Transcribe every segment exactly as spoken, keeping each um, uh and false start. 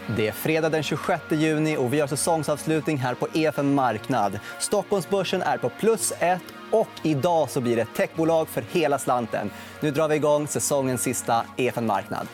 Det är fredag den tjugosjätte juni och vi har säsongsavslutning här på E F N Marknad. Stockholmsbörsen är på plus ett och idag så blir det ett techbolag för hela slanten. Nu drar vi igång säsongens sista E F N Marknad.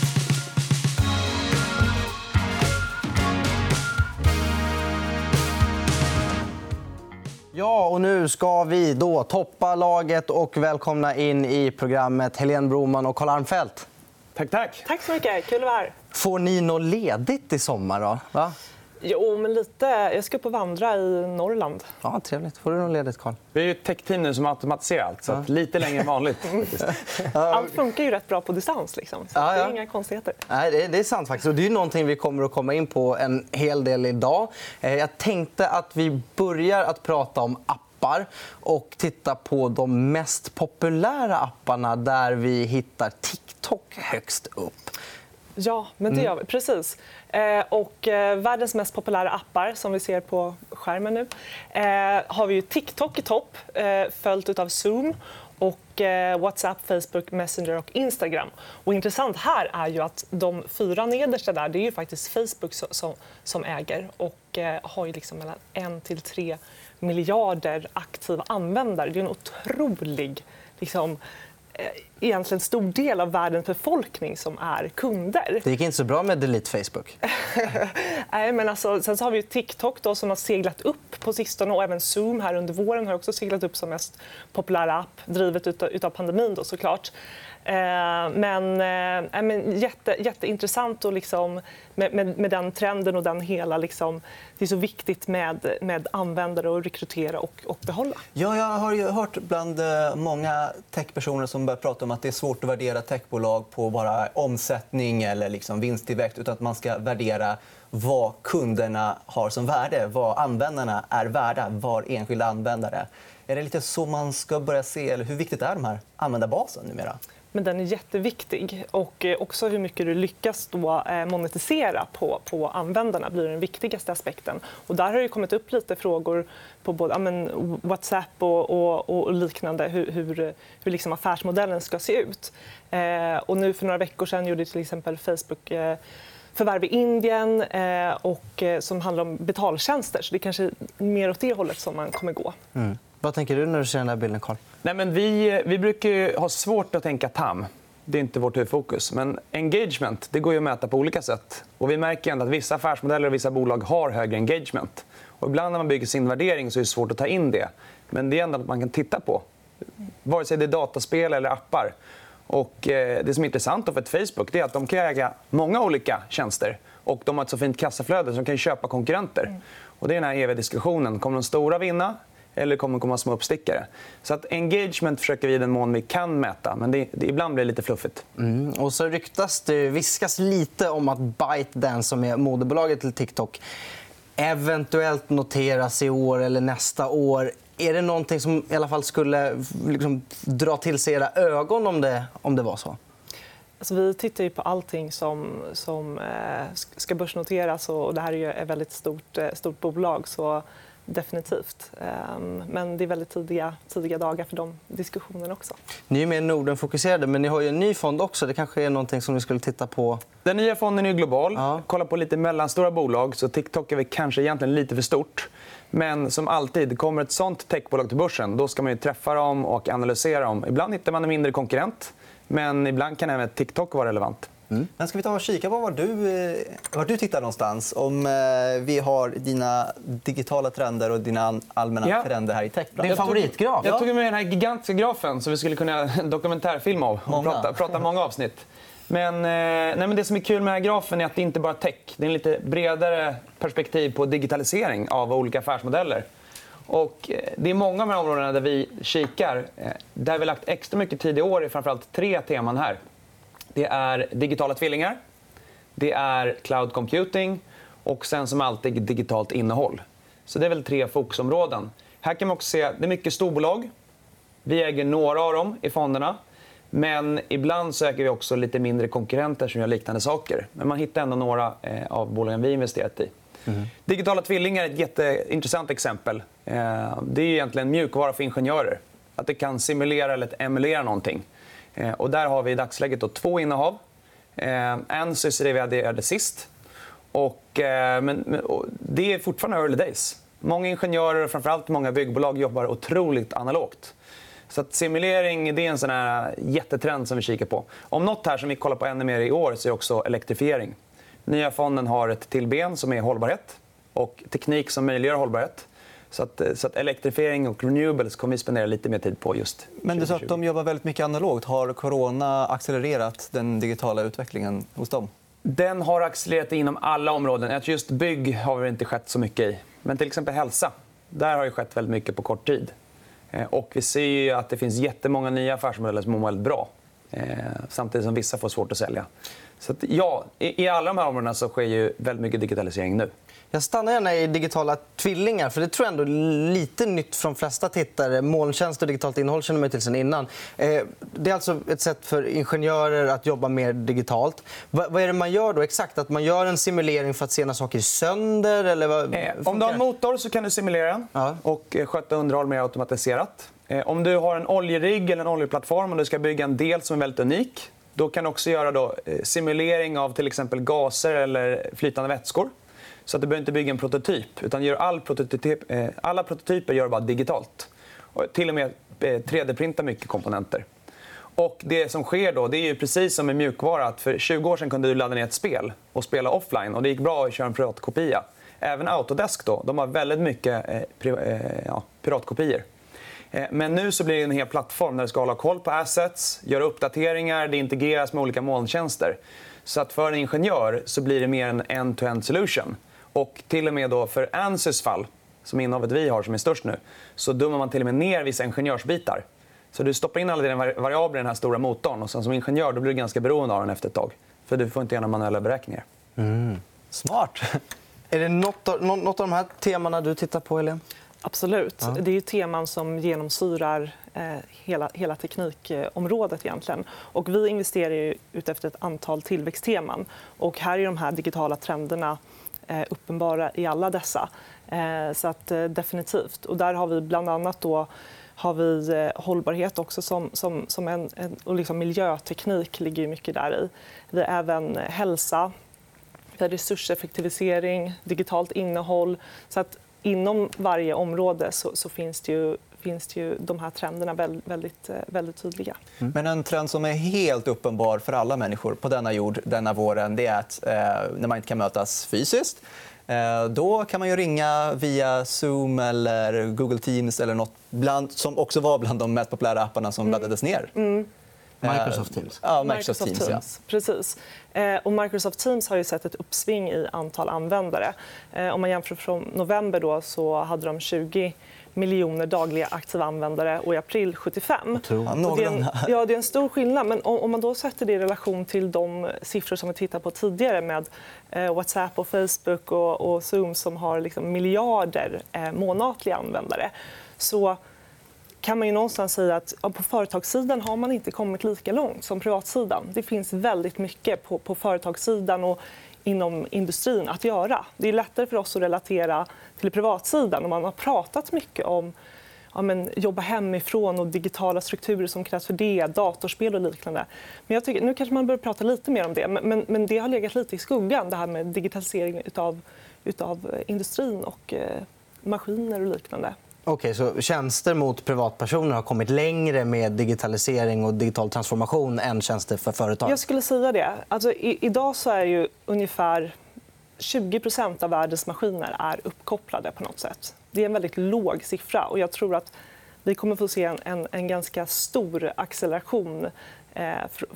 Ja, och nu ska vi då toppa laget och välkomna in i programmet Helene Broman och Carl Armfelt. Tack, tack. Tack så mycket. Kul att vara här. Får ni något ledigt i sommar då? Va? Jo, men lite. Jag ska upp och vandra i Norrland. Ja, trevligt. Får du något ledigt, Carl? Vi är ju ett tech-team nu som automatiserar allt, så att lite längre än vanligt. Allt funkar ju rätt bra på distans. Liksom. Så ja, ja. Det är inga konstigheter. Nej, det är, det är sant faktiskt. Och det är någonting vi kommer att komma in på en hel del idag. Jag tänkte att vi börjar att prata om appar och titta på de mest populära apparna där vi hittar TikTok högst upp. Ja, men det gör vi. Precis. Eh, och, eh, världens mest populära appar som vi ser på skärmen nu eh, har vi ju TikTok i topp, eh, följt av Zoom och eh, WhatsApp, Facebook, Messenger och Instagram. Och intressant här är ju att de fyra nedersta där, det är ju faktiskt Facebook som, som, som äger och eh, har ju liksom mellan en till tre miljarder aktiva användare. Det är en otrolig liksom, egentligen stor del av världens befolkning som är kunder. Det gick inte så bra med Delete Facebook. Nej, men alltså, sen så har vi TikTok då, som har seglat upp på sistone och även Zoom här under våren har också seglat upp som mest populära app, drivet utav, utav pandemin då, såklart. Eh, men, eh, men jätte, jätteintressant och liksom, med, med, med den trenden och den hela liksom, det är så viktigt med, med användare att rekrytera och, och behålla. Ja, jag har ju hört bland eh, många techpersoner som börjar prata om att det är svårt att värdera techbolag på bara omsättning eller liksom vinsttillväxt, utan att man ska värdera vad kunderna har som värde, vad användarna är värda, var enskilda användare. Är det lite så man ska börja se, eller hur viktigt är de här användarbasen numera? Men den är jätteviktig. Och också hur mycket du lyckas då monetisera på, på användarna blir den viktigaste aspekten. Och där har det kommit upp lite frågor på både ja, men WhatsApp och, och, och liknande, hur, hur, hur liksom affärsmodellen ska se ut. Eh, och nu för några veckor sedan gjorde till exempel Facebook eh, förvärv i Indien eh, och, eh, som handlar om betaltjänster. Så det är kanske mer åt det hållet som man kommer gå. Mm. Vad tänker du när du ser den här bilden, Carl? Nej, men vi, vi brukar ju ha svårt att tänka T A M. Det är inte vårt huvudfokus. Men engagement det går ju att mäta på olika sätt. Och vi märker ändå att vissa affärsmodeller och vissa bolag har högre engagement. Och ibland när man bygger sin värdering så är det svårt att ta in det. Men det är ändå att man kan titta på. Vare sig det är dataspel eller appar. Och eh, det som är intressant för ett Facebook det är att de kan äga många olika tjänster. Och de har ett så fint kassaflöde så de kan köpa konkurrenter. Mm. Och det är den här eviga diskussionen. Kommer de stora vinna? Eller kommer det komma små uppstickare? Så att engagement försöker vi i den mån vi kan mäta. Men det, det ibland blir det lite fluffigt. Mm. Och så ryktas det, viskas lite om att ByteDance, som är moderbolaget till TikTok, eventuellt noteras i år eller nästa år. Är det någonting som i alla fall skulle liksom dra till sig era ögon om det, om det var så? Alltså, vi tittar ju på allting som, som eh, ska börsnoteras. Och det här är ju ett väldigt stort, eh, stort bolag. Så definitivt. Men det är väldigt tidiga, tidiga dagar för de diskussionerna också. Ni är mer Norden-fokuserade, men ni har ju en ny fond också. Det kanske är någonting som ni skulle titta på. Den nya fonden är global. Ja. Kolla på lite mellanstora bolag. Så TikTok är väl kanske egentligen lite för stort. Men som alltid, kommer ett sånt techbolag till börsen då ska man ju träffa dem och analysera dem. Ibland hittar man en mindre konkurrent, men ibland kan även TikTok vara relevant. Mm. Men ska vi ta och kika på var du, var du tittar någonstans? Om vi har dina digitala trender och dina allmänna ja. trender här i tech. Din favoritgraf? Jag tog med den här gigantiska grafen som vi skulle kunna göra en dokumentärfilm av och många. Prata, prata många avsnitt. Men, nej, men det som är kul med den här grafen är att det inte bara är tech. Det är en lite bredare perspektiv på digitalisering av olika affärsmodeller. Och det är många av de här områdena där vi kikar. Där vi har lagt extra mycket tid i år är framförallt tre teman här. Det är digitala tvillingar, det är cloud computing och sen som alltid digitalt innehåll. Så det är väl tre fokusområden. Här kan man också se det är mycket storbolag. Vi äger några av dem i fonderna. Men ibland söker vi också lite mindre konkurrenter som gör liknande saker. Men man hittar ändå några av bolagen vi investerat i. Mm. Digitala tvillingar är ett jätteintressant exempel. Det är egentligen mjukvara för ingenjörer. Att det kan simulera eller emulera någonting. Och där har vi i dagsläget då två innehav. En så är det vi adderade sist. Och, eh, men, men, och det är fortfarande early days. Många ingenjörer och framförallt många byggbolag jobbar otroligt analogt. Så att simulering det är en sån här jättetrend som vi kikar på. Om något här som vi kollar på ännu mer i år så är också elektrifiering. Nya fonden har ett till ben som är hållbarhet och teknik som möjliggör hållbarhet. Så att, så att elektrifiering och renewables kommer vi spendera lite mer tid på just Men du sa att de jobbar väldigt mycket analogt. Har corona accelererat den digitala utvecklingen hos dem? Den har accelererat inom alla områden. Just bygg har det inte skett så mycket i. Men till exempel hälsa. Där har det skett väldigt mycket på kort tid. Och vi ser ju att det finns jättemånga nya affärsmodeller som mår väldigt bra. Samtidigt som vissa får svårt att sälja. Så att, ja, i alla de här områdena så sker ju väldigt mycket digitalisering nu. Jag stannar gärna i digitala tvillingar, för det tror jag ändå är lite nytt från de flesta tittare. Molntjänst och digitalt innehåll känner man till sen innan. Det är alltså ett sätt för ingenjörer att jobba mer digitalt. Vad är det man gör då exakt? Att man gör en simulering för att se när saker är sönder? Eller vad... Om du har en motor så kan du simulera den ja. och sköta underhåll mer automatiserat. Om du har en oljerigg eller en oljeplattform och du ska bygga en del som är väldigt unik, då kan du också göra då simulering av till exempel gaser eller flytande vätskor. Så att du behöver inte bygga en prototyp, utan gör all prototyp, alla prototyper gör bara digitalt. Och till och med tre D-printa mycket komponenter. Och det som sker då, det är ju precis som med mjukvara. Att för tjugo år sedan kunde du ladda ner ett spel och spela offline. Och det gick bra att köra en piratkopia. Även Autodesk då, de har väldigt mycket eh, ja, piratkopior. Eh, men nu så blir det en hel plattform där du ska hålla koll på assets, göra uppdateringar, det integreras med olika molntjänster. Så att för en ingenjör så blir det mer en end-to-end solution. Och till och med då för Ansys fall, som innehavet vi har som är störst nu, så dummar man till och med ner vissa ingenjörsbitar. Så du stoppar in alla dina variabler i den här stora motorn och sen som ingenjör då blir du ganska beroende av den efter ett tag. För du får inte göra manuella beräkningar. Mm. Smart. Är det något av, något av de här temana du tittar på, Helene? Absolut. Ja. Det är ju teman som genomsyrar eh, hela, hela teknikområdet egentligen. Och vi investerar ju utefter ett antal tillväxtteman. Och här är de här digitala trenderna eh, uppenbara i alla dessa. Eh, så att, eh, definitivt. Och där har vi bland annat då har vi eh, hållbarhet också som, som, som en, en och liksom miljöteknik ligger ju mycket där i. Vi har även eh, hälsa, vi har resurseffektivisering, digitalt innehåll. Så att inom varje område så, så finns, det ju, finns det ju de här trenderna väldigt, väldigt, väldigt tydliga. Mm. Men en trend som är helt uppenbar för alla människor på denna jord denna våren, det är att eh, när man inte kan mötas fysiskt, eh, då kan man ju ringa via Zoom eller Google Teams eller något bland, som också var bland de mest populära apparna som laddades ner. Mm. Microsoft Teams. Ja, Microsoft, Microsoft Teams. Ja. Precis. Eh, och Microsoft Teams har ju sett ett uppsving i antal användare. Eh, om man jämför från november då, så hade de tjugo miljoner dagliga aktiva användare och i april sjuttiofem. Ja, och det, är en, ja, det är en stor skillnad. Men om, om man då sätter det i relation till de siffror som vi tittade på tidigare med eh, WhatsApp och Facebook och, och Zoom som har liksom miljarder eh, månatliga användare, så kan man ju någonstans säga att ja, på företagssidan har man inte kommit lika långt som privatsidan. Det finns väldigt mycket på, på företagssidan och inom industrin att göra. Det är lättare för oss att relatera till privatsidan och man har pratat mycket om ja, men, jobba hemifrån och digitala strukturer som krävs för det, datorspel och liknande. Men jag tycker, nu kanske man börjar prata lite mer om det, men, men, men det har legat lite i skuggan, det här med digitalisering utav, utav industrin och eh, maskiner och liknande. Okej, så tjänster mot privatpersoner har kommit längre med digitalisering och digital transformation än tjänster för företag? Jag skulle säga det. Alltså, i, idag så är ju ungefär tjugo procent av världens maskiner är uppkopplade på något sätt. Det är en väldigt låg siffra och jag tror att vi kommer få se en, en, en ganska stor acceleration eh,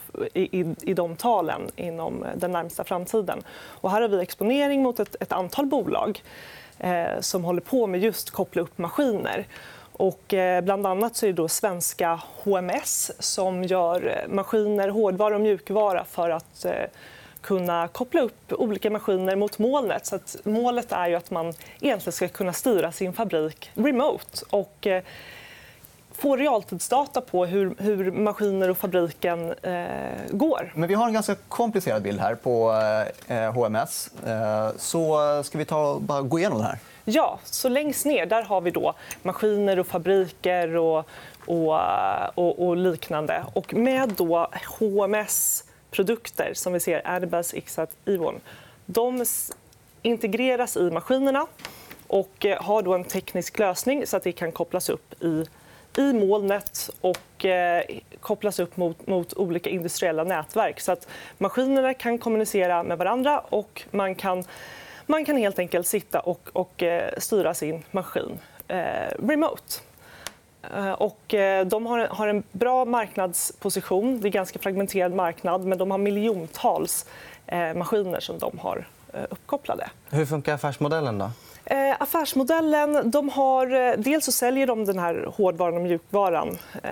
i, i, i de talen inom den närmsta framtiden. Och här har vi exponering mot ett, ett antal bolag eh, som håller på med just koppla upp maskiner. Och eh, bland annat så är det då svenska H M S som gör maskiner, hårdvara och mjukvara för att eh, kunna koppla upp olika maskiner mot molnet. Så att målet är ju att man egentligen ska kunna styra sin fabrik remote och eh, få realtidsdata på hur, hur maskiner och fabriken eh, går. Men vi har en ganska komplicerad bild här på eh, H M S. Eh, så ska vi ta bara gå igenom det här. Ja, så längst ner där har vi då maskiner och fabriker och, och, och, och liknande. Och med då H M S produkter som vi ser, Adibas, Ixxat, Ewon. De integreras i maskinerna och har då en teknisk lösning så att det kan kopplas upp i, i molnet och eh, kopplas upp mot, mot olika industriella nätverk. Så att maskinerna kan kommunicera med varandra och man kan, man kan helt enkelt sitta och, och eh, styra sin maskin eh, remote. Och de har, har en bra marknadsposition. Det är en ganska fragmenterad marknad, men de har miljontals eh, maskiner som de har eh, uppkopplade. Hur funkar affärsmodellen då? Eh, affärsmodellen, de har, dels så säljer de den här hårdvaran och mjukvaran. Eh,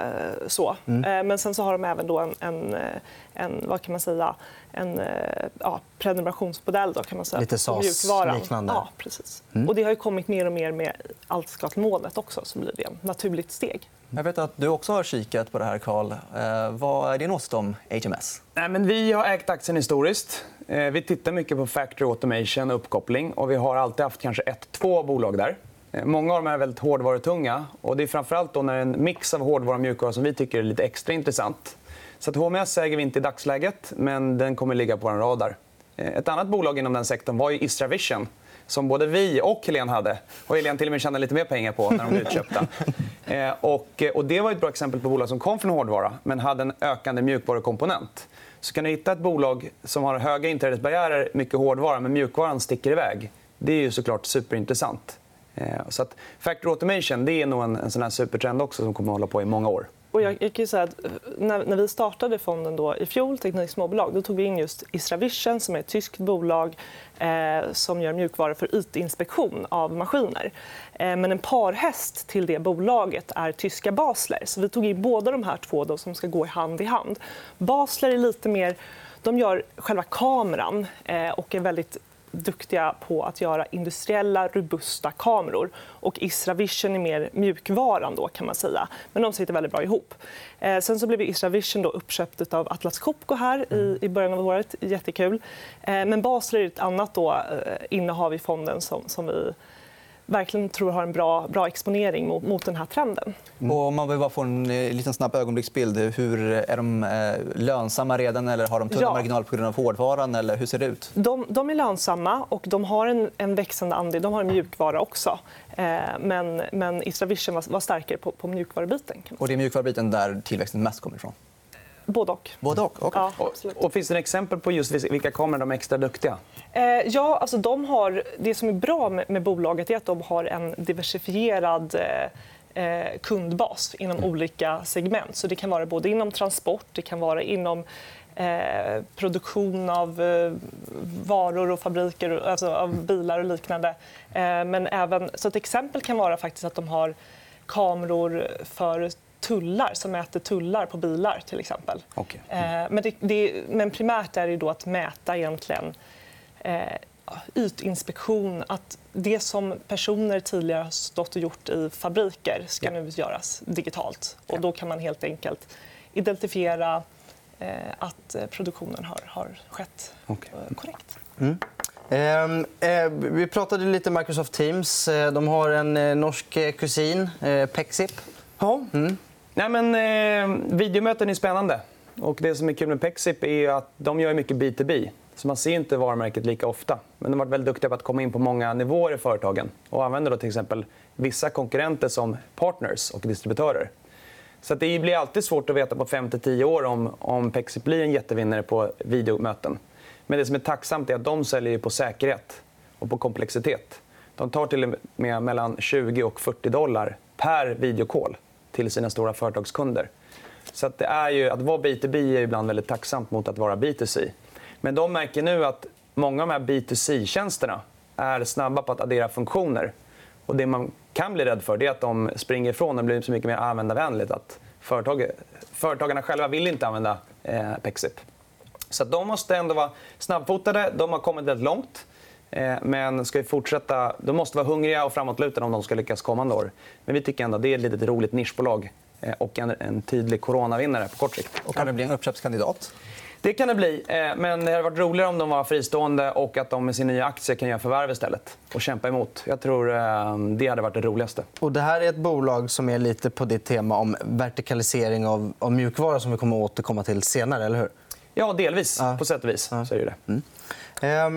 så. Mm. Eh, men sen så har de även då en, en, en, vad kan man säga, en eh, ja, prenumerationsmodell då, kan man säga. Lite S A S-liknande. Ja, precis. Mm. Och det har ju kommit mer och mer med allt ska till molnet också, så blir det ett naturligt steg. Jag vet att du också har kikat på det här, Carl. Eh, vad är din åsikt om H M S? Nej, men vi har ägt aktien historiskt. Eh, vi tittar mycket på factory automation och uppkoppling. Och vi har alltid haft kanske ett, två bolag där. Eh, många av dem är väldigt hårdvarutunga. Och det är framförallt då när en mix av hårdvara och mjukvara som vi tycker är lite extra intressant. Så att H M S äger vi inte i dagsläget, men den kommer ligga på vår radar. Eh, ett annat bolag inom den sektorn var ju IstraVision, som både vi och Helene hade. Och Helene till och med tjänade lite mer pengar på när de blev utköpta. Eh, och, och det var ett bra exempel på bolag som kom från hårdvara men hade en ökande mjukvarukomponent. Så kan du hitta ett bolag som har höga inträdesbarriärer, mycket hårdvara, men mjukvaran sticker iväg. Det är ju såklart superintressant. Eh, så att factory automation, det är nog en, en sån här supertrend också som kommer att hålla på i många år. Och jag, jag kan säga att när, när vi startade fonden då i fjol, Teknik småbolag, då tog vi in just IstraVision som är ett tyskt bolag eh, som gör mjukvara för ytinspektion av maskiner. Eh, men en parhäst till det bolaget är tyska Basler. Så vi tog in båda de här två då, som ska gå hand i hand. Basler är lite mer, de gör själva kameran eh, och är väldigt duktiga på att göra industriella, robusta kameror. Och IstraVision är mer mjukvaran då, kan man säga. Men de sitter väldigt bra ihop. Eh, sen så blev IstraVision då uppköpt av Atlas Copco här i, i början av året. Jättekul. Eh, men Basler är ett annat då, eh, innehav i fonden som, som vi verkligen tror har en bra, bra exponering mot, mot den här trenden. Mm. Och om man vill bara få en liten snabb ögonblicksbild, hur är de eh, lönsamma redan eller har de tunna ja. marginaler på grund av hårdvaran eller hur ser det ut? De, de är lönsamma och de har en, en växande andel. De har en mjukvara också. Eh, men, men IstraVision var, var starkare på, på mjukvarubiten. Och det är mjukvarubiten där tillväxten mest kommer ifrån? Både och. Både och? Okay. Ja, och, och finns det exempel på just vilka kameror de är extra duktiga? Eh, ja, alltså de har, det som är bra med, med bolaget är att de har en diversifierad eh, kundbas inom mm. olika segment. Så det kan vara både inom transport, det kan vara inom eh, produktion av eh, varor och fabriker, alltså av bilar och liknande. Eh, men även, så ett exempel kan vara faktiskt att de har kameror för tullar som mäter tullar på bilar till exempel. Okay. Mm. Men, det, det, men primärt är det då att mäta egentligen eh, ytinspektion. Att det som personer tidigare har stått och gjort i fabriker ska yeah. nu göras digitalt. Och då kan man helt enkelt identifiera eh, att produktionen har, har skett okay. eh, korrekt. Mm. Eh, eh, vi pratade lite Microsoft Teams. De har en eh, norsk kusin, eh, Pexip. Ja. Mm. Nej, men, eh, videomöten är spännande. Och det som är kul med Pexip är att de gör mycket B to B. Så man ser inte varumärket lika ofta. Men de har varit väldigt duktiga på att komma in på många nivåer i företagen. Och använder då till exempel vissa konkurrenter som partners och distributörer. Så att det blir alltid svårt att veta på fem till tio år om, om Pexip blir en jättevinnare på videomöten. Men det som är tacksamt är att de säljer på säkerhet och på komplexitet. De tar till och med mellan tjugo och fyrtio dollar per videocall till sina stora företagskunder. Så att det är ju, att vara B to B är ibland väldigt tacksamt mot att vara B to C. Men de märker nu att många av de här B to C-tjänsterna är snabba på att addera funktioner. Och det man kan bli rädd för det är att de springer ifrån och blir så mycket mer användarvänligt. Att företag, företagarna själva vill inte använda eh, Pexip. Så att de måste ändå vara snabbfotade. De har kommit väldigt långt. Men ska vi fortsätta, de måste vara hungriga och framåtlutade om de ska lyckas kommande år. Men vi tycker ändå att det är ett litet roligt nischbolag och en, en tydlig coronavinnare på kort sikt. Och kan det bli en uppköpskandidat? Det kan det bli, men det hade varit roligare om de var fristående och att de med sin nya aktie kan göra förvärv istället och kämpa emot. Jag tror det hade varit det roligaste. Och det här är ett bolag som är lite på ditt tema om vertikalisering av, av mjukvara som vi kommer att återkomma till senare, eller hur? Ja, delvis. Ja. På sätt och vis. Ja. Så är det. Mm. Ehm,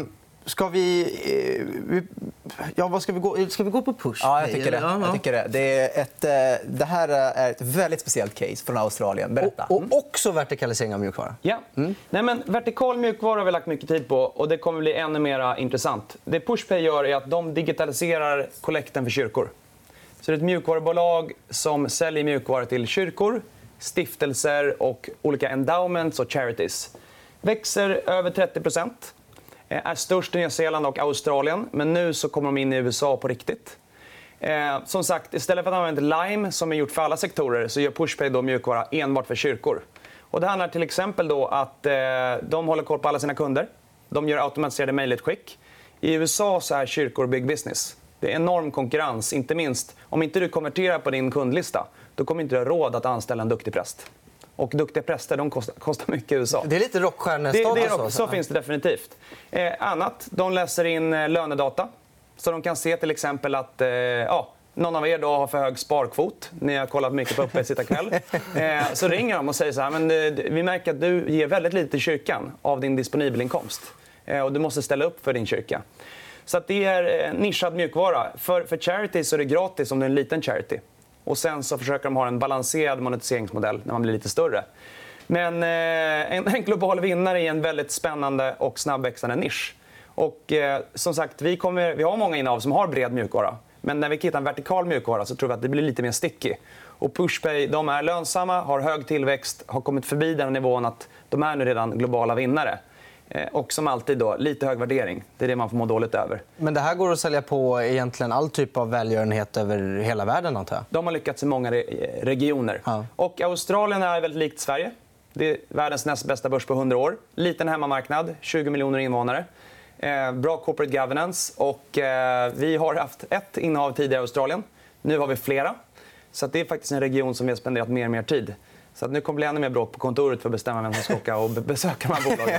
Ska vi, eh, vi... Ja, vad ska vi gå? Ska vi gå på Pushpay? Ja, jag tycker det. Ja, ja. Jag tycker det. Det, är ett, eh, det här är ett väldigt speciellt case från Australien. Berätta. Och, och också vertikalisering av mjukvara. Ja. Mm. Nej, men vertikal mjukvara har vi lagt mycket tid på och det kommer bli ännu mer intressant. Det Pushpay gör är att de digitaliserar kollekten för kyrkor. Så det är ett mjukvarubolag som säljer mjukvara till kyrkor, stiftelser och olika endowments och charities. Växer över trettio procent. Är störst i Nya Zeeland och Australien, men nu så kommer de in i U S A på riktigt. Eh, som sagt, istället för att använda Lime som är gjort för alla sektorer så gör Pushpay då mjukvara enbart för kyrkor. Och det handlar till exempel då att eh, de håller koll på alla sina kunder. De gör automatiserade mejlutskick. I U S A så är kyrkor big business. Det är enorm konkurrens, inte minst om inte du konverterar på din kundlista. Då kommer inte du ha råd att anställa en duktig präst. Och duktiga präster de kostar, kostar mycket i U S A. Det är lite rockstjärnestatus. Det, det är rock, så finns det definitivt. Eh, annat, de läser in eh, lönedata. Så de kan se till exempel att eh, ja, någon av er då har för hög sparkvot. Ni har kollat mycket på Uppesittarkväll. eh, så ringer de och säger så här, men eh, vi märker att du ger väldigt lite till kyrkan av din disponibelinkomst. Eh, och du måste ställa upp för din kyrka. Så att det är eh, nischad mjukvara. För, för charity så är det gratis om det är en liten charity. Och sen så försöker de ha en balanserad monetiseringsmodell när man blir lite större. Men eh, en, en global vinnare är en väldigt spännande och snabbväxande nisch. Och eh, som sagt, vi, kommer, vi har många innehav som har bred mjukvara. Men när vi hittar en vertikal mjukvara så tror vi att det blir lite mer sticky. Och Pushpay, de är lönsamma, har hög tillväxt, har kommit förbi den nivån att de är nu redan globala vinnare. Eh, och som alltid då, lite hög värdering. Det är det man får må dåligt över. Men det här går att sälja på egentligen all typ av välgörenhet över hela världen, antar jag? De har lyckats i många re- regioner. Ja. Och Australien är väldigt likt Sverige. Det är världens näst bästa börs på hundra år. Liten hemmamarknad, tjugo miljoner invånare. Eh, bra corporate governance. Och, eh, vi har haft ett innehav tidigare i Australien. Nu har vi flera. Så att det är faktiskt en region som vi har spenderat mer och mer tid. Så att nu kommer det bli ännu mer bråk på kontoret för att bestämma vem som ska åka och besöka de här bolagen.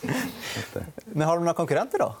Men har de några konkurrenter då?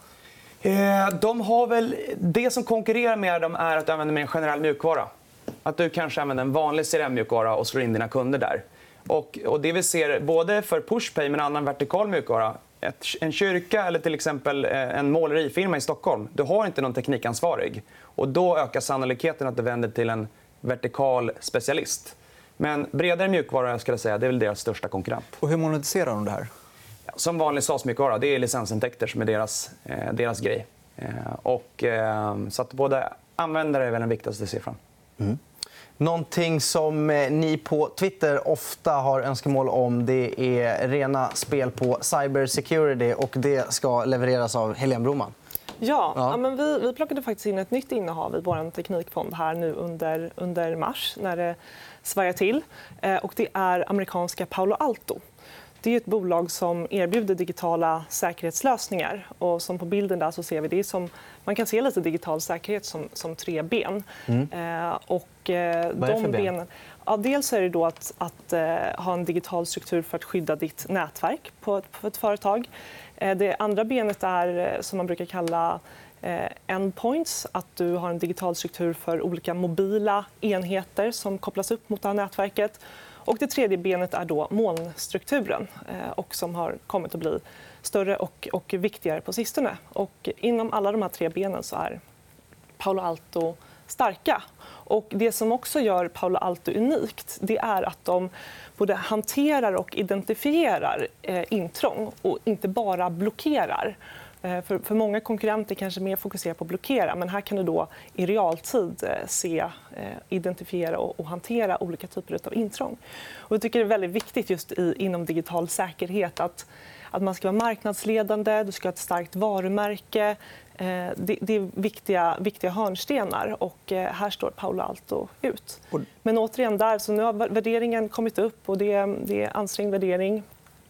Eh, de har väl, det som konkurrerar med dem är att du använder mer en generell mjukvara. Att du kanske använder en vanlig C R M-mjukvara och slår in dina kunder där. Och, och det vi ser både för Pushpay men annan vertikal mjukvara. Ett, en kyrka eller till exempel en målerifirma i Stockholm. Du har inte någon teknikansvarig. Och då ökar sannolikheten att du vänder till en vertikal specialist. Men bredare mjukvara ska jag säga, det är väl deras största konkurrent. Och hur monetiserar de det här? Som vanlig SaaS-mjukvara, det är licensintäkter som är deras, eh, deras grej. Eh, och, eh, så att både användare är väl den viktigaste siffran. Mm. Någonting som eh, ni på Twitter ofta har önskemål om, det är rena spel på cybersecurity och det ska levereras av Helene Broman. Ja, Ja. ja men vi, vi plockade faktiskt in ett nytt innehav i vår teknikfond här nu under, under mars när det svajar till. Eh, och det är amerikanska Palo Alto. Det är ett bolag som erbjuder digitala säkerhetslösningar. Och som på bilden där så ser vi det som, man kan se lite digital säkerhet som, som tre ben. Mm. Eh, och, eh, Vad är det för de ben? benen, ja, dels är det då att, att eh, ha en digital struktur för att skydda ditt nätverk på ett, på ett företag. Eh, det andra benet är eh, som man brukar kalla eh, endpoints. Att du har en digital struktur för olika mobila enheter som kopplas upp mot det här nätverket. Och det tredje benet är då molnstrukturen eh, och som har kommit att bli större och, och viktigare på sistone. Och inom alla de här tre benen så är Palo Alto starka. Och det som också gör Palo Alto unikt, det är att de både hanterar och identifierar eh, intrång och inte bara blockerar. Eh, för, för många konkurrenter kanske mer fokuserar på att blockera, men här kan du då i realtid eh, se, eh, identifiera och, och hantera olika typer av intrång. Och jag tycker det är väldigt viktigt just i, inom digital säkerhet att Att man ska vara marknadsledande, du ska ha ett starkt varumärke. Det, det är viktiga, viktiga hörnstenar. Och här står Palo Alto ut. Men återigen, där, så nu har värderingen kommit upp och det, det är ansträngd värdering.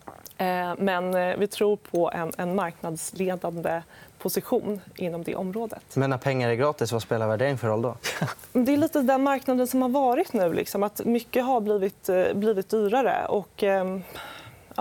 Men vi tror på en, en marknadsledande position inom det området. Men när pengar är gratis, vad spelar värdering för roll då? Det är lite den marknaden som har varit nu. Liksom, att mycket har blivit, blivit dyrare. Och, ja,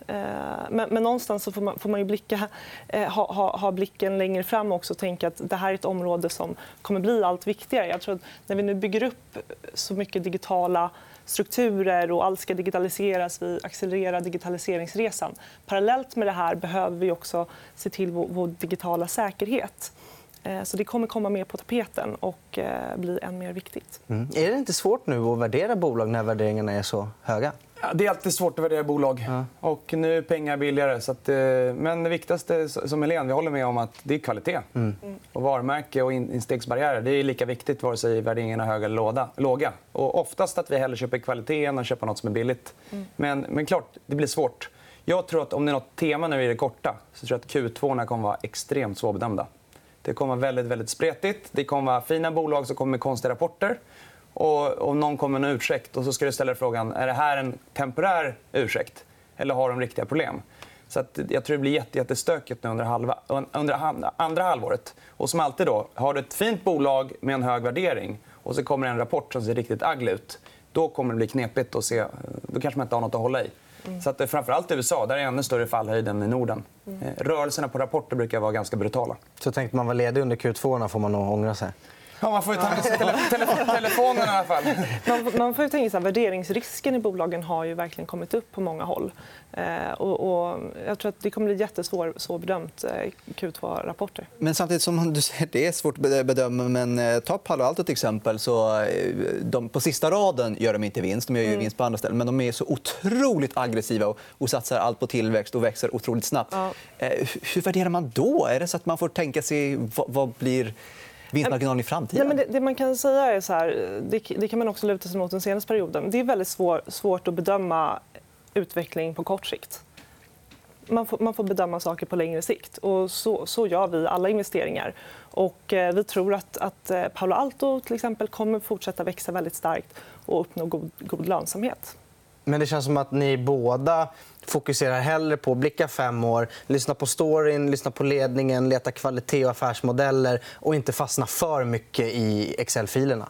Men, men någonstans så får man, får man ju blicka, ha, ha, ha blicken längre fram också och tänka att det här är ett område som kommer bli allt viktigare. Jag tror att när vi nu bygger upp så mycket digitala strukturer och allt ska digitaliseras, vi accelererar digitaliseringsresan. Parallellt med det här behöver vi också se till vår, vår digitala säkerhet. Så det kommer komma mer på tapeten och bli än mer viktigt. Mm. Är det inte svårt nu att värdera bolag när värderingarna är så höga? Ja, det är alltid svårt att värdera bolag. Ja. Och nu är pengar billigare. Så att, men det viktigaste, som Helene, vi håller med om att det är kvalitet. Mm. Och varumärke och instegsbarriärer. Det är lika viktigt vare sig värderingarna är höga eller låga. Och oftast att vi hellre köper kvalitet än att köpa något som är billigt. Mm. Men, men klart, det blir svårt. Jag tror att om det är något tema när vi är det korta så tror jag att Q två kommer vara extremt svårbedömda. Det kommer vara väldigt, väldigt spretigt. Det kommer vara fina bolag som kommer med konstiga rapporter. Och om någon kommer med en ursäkt och så ska du ställa frågan, är det här en temporär ursäkt eller har de riktiga problem? Så att jag tror det blir jätte, jättestökigt nu under, halva, under andra halvåret. Och som alltid då, har du ett fint bolag med en hög värdering och så kommer en rapport som ser riktigt agg ut, då kommer det bli knepigt att se. Då kanske man inte har något att hålla i. Mm. Så att framförallt i U S A, där är ännu större fallhöjd än i Norden. Mm. Rörelserna på rapporter brukar vara ganska brutala. Så tänkte man vara ledig under Q två får man nog ångra sig. Ja, man får ju ta med sig tele- telefonen i alla fall. Man, man får ju tänka så här, värderingsrisken i bolagen har ju verkligen kommit upp på många håll. Eh, och, och jag tror att det kommer bli jättesvårbedömt eh, Q två-rapporter. Men samtidigt som du säger, det är svårt att bedöma. Men eh, ta Palo Alto till exempel. Så, eh, de, på sista raden gör de inte vinst. De gör ju mm. vinst på andra ställen. Men de är så otroligt aggressiva och, och satsar allt på tillväxt och växer otroligt snabbt. Ja. Eh, hur värderar man då? Är det så att man får tänka sig vad, vad blir vinstmarginalen i framtiden? Ja, men det, det man kan säga är så här, det, det kan man också luta sig mot den senaste perioden. Det är väldigt svår, svårt att bedöma utveckling på kort sikt. Man får, man får bedöma saker på längre sikt. Och så, så gör vi alla investeringar. Och, eh, vi tror att, att eh, Palo Alto till exempel kommer fortsätta växa väldigt starkt och uppnå god, god lönsamhet. Men det känns som att ni båda fokuserar hellre på att blicka fem år, lyssna på storyn, lyssna på ledningen, leta kvalitet och affärsmodeller och inte fastna för mycket i Excel-filerna.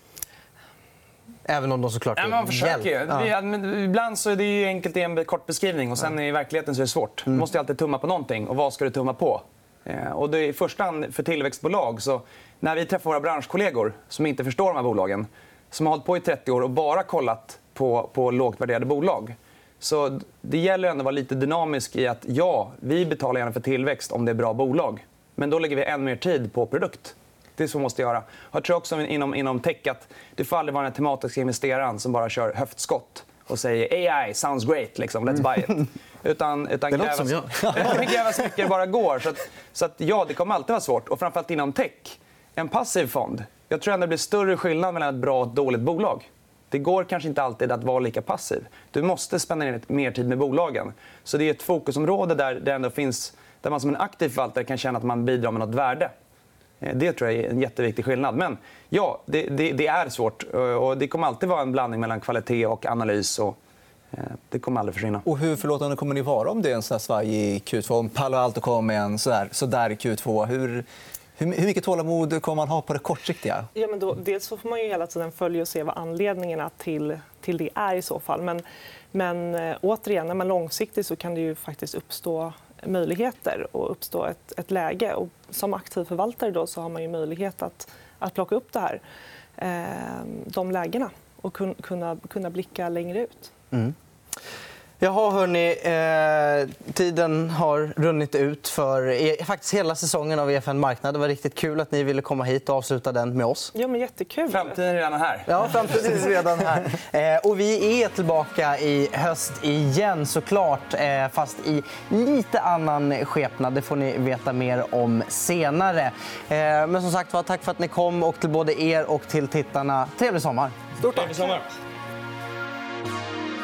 Även om de såklart är ja, man försöker. Ja. Vi, ibland så är det ju enkelt i en kort beskrivning och sen i verkligheten så är det svårt. Mm. Du måste alltid tumma på någonting. Och vad ska du tumma på? Eh, och det är i första hand för tillväxtbolag. Så när vi träffar våra branschkollegor som inte förstår de här bolagen, som har hållit på i trettio år och bara kollat på, på lågt värderade bolag. Så det gäller ändå att vara lite dynamisk i att ja, vi betalar gärna för tillväxt om det är bra bolag. Men då lägger vi än mer tid på produkt. Det är så vi måste göra. Jag tror också inom, inom tech att det får aldrig vara den tematiska investeraren som bara kör höftskott och säger A I sounds great, liksom, let's buy it. Utan, utan det låter som jag. gräva så mycket det bara går. Så, att, så att, ja, det kommer alltid vara svårt. Och framförallt inom tech, en passiv fond. Jag tror att det blir större skillnad mellan ett bra och ett dåligt bolag. Det går kanske inte alltid att vara lika passiv. Du måste spendera mer tid med bolagen. Så det är ett fokusområde där, det ändå finns, där man som en aktiv förvaltare kan känna att man bidrar med något värde. Det tror jag är en jätteviktig skillnad. Men ja, det, det, det är svårt. Och det kommer alltid vara en blandning mellan kvalitet och analys. Och det kommer aldrig försvinna. Och hur förlåtande kommer ni vara om det är en sån här svaj i Q två? Om Palo Alto kommer med en så där, så där i Q två, hur... Hur mycket tålamod kommer man ha på det kortsiktiga? Ja, men då, dels så får man ju hela tiden följa och se vad anledningarna till, till det är i så fall. Men, men äh, återigen, när man är långsiktig så kan det ju faktiskt uppstå möjligheter och uppstå ett, ett läge. Och som aktiv förvaltare då så har man ju möjlighet att, att plocka upp det här, eh, de lägena och kun, kunna, kunna blicka längre ut. Mm. Jaha, hörni, eh, tiden har runnit ut för eh, faktiskt hela säsongen av E F N Marknad. Det var riktigt kul att ni ville komma hit och avsluta den med oss. Ja, men jättekul. Framtiden är redan här. Ja, framtiden är redan här. Eh, och vi är tillbaka i höst igen såklart, eh, fast i lite annan skepnad. Det får ni veta mer om senare. Eh, men som sagt var, tack för att ni kom och till både er och till tittarna. Trevlig sommar. Stort tack. Trevlig sommar.